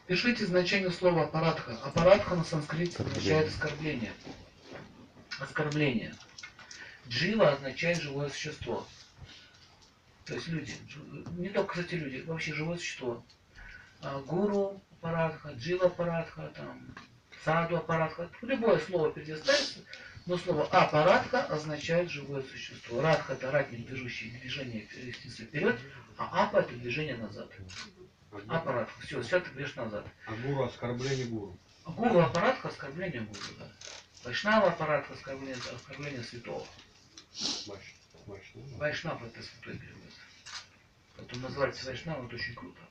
Пишите значение слова аппаратха. Аппаратха на санскрите означает оскорбление. Оскорбление. Джива означает живое существо. То есть люди. Не только, кстати, люди. Вообще живое существо. Гуру аппаратха, джива аппаратха, там, саду аппаратха. Любое слово переставится, но слово аппаратха означает живое существо. Радха — это ратник, движение вперед, а апа — это движение назад. Аппаратха. Все ты движешь назад. А гуру — оскорбление гуру. Гуру аппаратха — оскорбление гуру, да. Вайшнава аппаратха — оскорбление святого. Вайшнав — это святой перевод. Потом называется Вайшнав, это очень круто.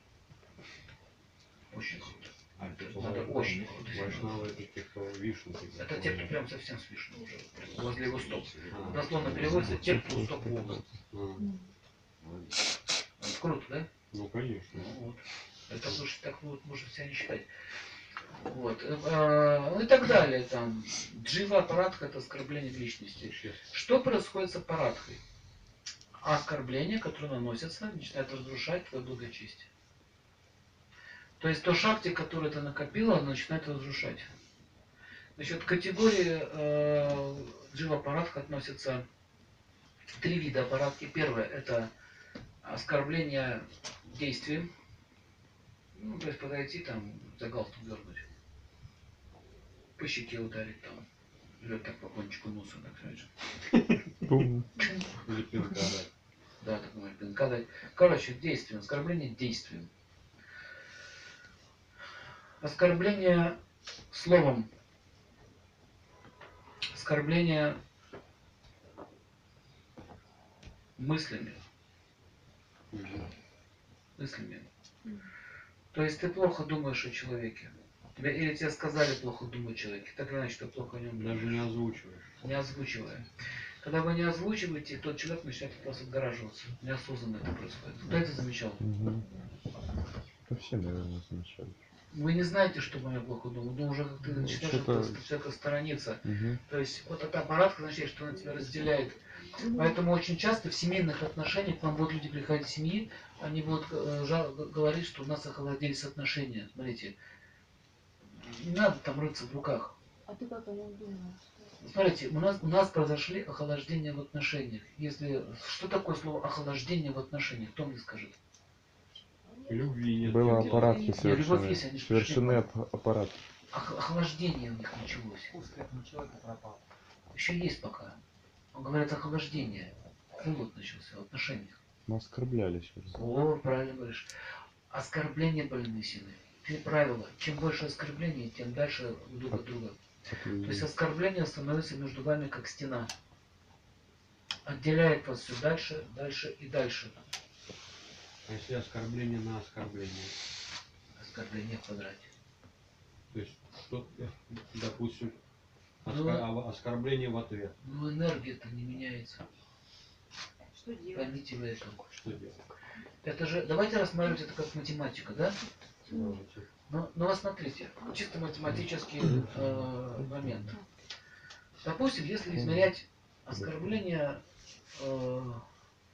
Очень круто. Это очень круто. Вайшнавы — это те, кто Вишну. Это те, кто прям совсем с Вишну уже, возле его стоп. Дословно переводится те, кто у стоп Бога. Это круто, да? Ну, конечно. Ну, вот. Это слушай, так вот можно себя не считать. Вот. И так далее. Там. Джива аппаратха — это оскорбление личности. Что происходит с аппаратхой? Оскорбления, которые наносятся, начинают разрушать твое благочестие. То есть то шакти, которое ты накопила, оно начинает разрушать. Значит, к категории джива аппаратха относятся три вида аппаратки. Первое — это оскорбление действием. Ну, то есть подойти там, за галстук дернуть, по щеке ударить там, или так по кончику носа, так сказать. Или пинка дать. Да, так можно пинка дать. Короче, действием, оскорбление действием. Оскорбление словом. Оскорбление мыслями. Мыслями. То есть ты плохо думаешь о человеке. Или тебе сказали плохо думать о человеке. Так или иначе, ты плохо о нем думаешь. Даже не озвучиваешь. Не озвучивая. Когда вы не озвучиваете, тот человек начинает от вас отгораживаться. Неосознанно это происходит. Кто это замечал? Это все, наверное, замечали. Вы не знаете, что о плохо думал, но уже как ты начинаешь от человека сторониться. То есть вот эта аппаратка означает, что она тебя разделяет. Поэтому очень часто в семейных отношениях к вам будут люди приходить из семьи, они будут говорить, что у нас охладились отношения. Смотрите, не надо там рыться в руках. А ты как о нем думаешь? Смотрите, у нас произошли охлаждения в отношениях. Что такое слово охлаждение в отношениях? Кто мне скажет? Любви нет. Было аппаратки совершены. Совершены аппарат. Охлаждение у них началось. Вкус к человеку пропал. Еще есть пока. Он говорит охлаждение. Холод начался в отношениях. Мы оскорблялись. О, правильно говоришь. Оскорбление больной силы. Правило. Чем больше оскорблений, тем дальше друг от друга. То есть оскорбление становится между вами как стена. Отделяет вас все дальше, дальше и дальше. А если оскорбление на оскорбление? Оскорбление в квадрате. То есть, допустим, оскорбление в ответ. Ну энергия-то не меняется. Что делать? Поймите вы это. Что делать? Это же, давайте рассматривать это как математика, да? Давайте. Ну вот смотрите, чисто математический момент. Допустим, если измерять оскорбление в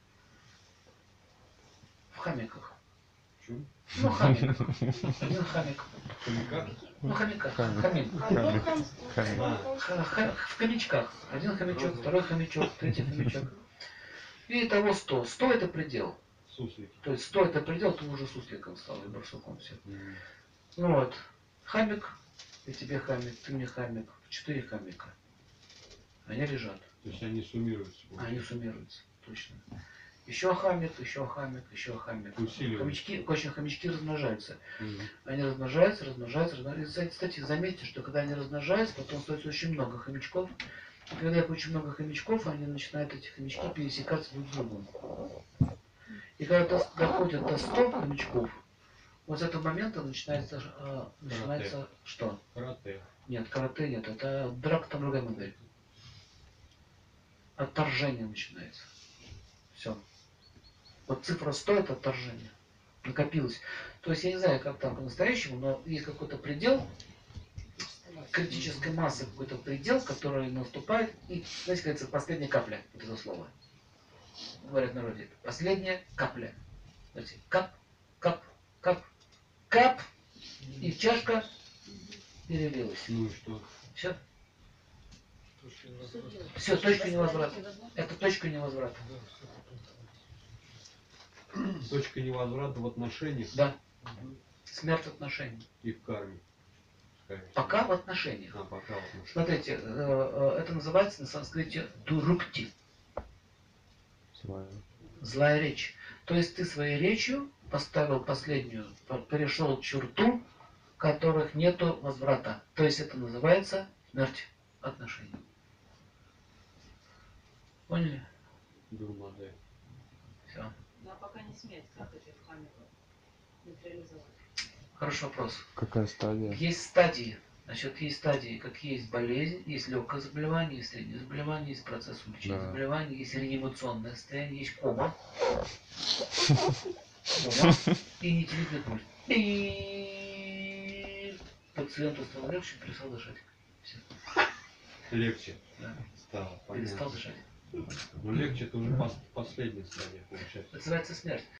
хамиках. Почему? Ну, хамик. Один хамик. Хомяка? Ну, хомяка. Хамик. В хомячках. Один хомячок, второй хомячок, третий хомячок. И итого 100. 100 это предел. Суслики. То есть 100 это предел, ты уже сусликом стал и барсуком все. Ну вот. Хамик, и тебе хамик, ты мне хамик. 4 хамика. Они лежат. То есть они суммируются. Они суммируются, точно. Еще хамик, еще хамик, еще хамик. Хомячки размножаются. Они размножаются. И, кстати, заметьте, что когда они размножаются, потом остается очень много хомячков. И когда их очень много хомячков, они начинают, эти хомячки, пересекаться друг с другом. И когда доходят до 100 хомячков, вот с этого момента начинается что? Карате. Нет, карате нет, это драка, там другая модель. Отторжение начинается. Все. Вот цифра 100 это отторжение. Накопилось. То есть я не знаю, как там по-настоящему, но есть какой-то предел, критической массы, какой-то предел, который наступает, и, знаете, кажется, последняя капля, вот это слово. Говорят в народе, последняя капля. Знаете, кап, кап, кап, кап, И чашка перелилась. Ну и что? Все, Что делать? все, точка невозврата. Восстановить невозможно? Это точка невозврата. Точка невозврата в отношениях Да. Смерть отношений. и в карме. скорее всего. Пока в отношениях. А, пока в отношениях. Смотрите, это называется на санскрите дурукти, Злая. злая речь. То есть ты своей речью поставил последнюю, перешел черту, которых нету возврата. То есть это называется смерть отношений. Поняли? Дурмаде. Все. Ну а пока не смерть, как это в камеру нейтрализовать? Хороший вопрос. Какая стадия? Есть стадии. Значит, есть стадии, как есть болезнь, есть легкое заболевание, есть среднее заболевание, есть процесс увеличения Да. заболевания, есть реанимационное состояние, есть кома. Кома и нетелитный пульс. И пациенту стало легче, перестал дышать. Все. Легче Да. стало, Перестал понятно. дышать. Но легче это уже последняя стадия получается. Это называется смерть.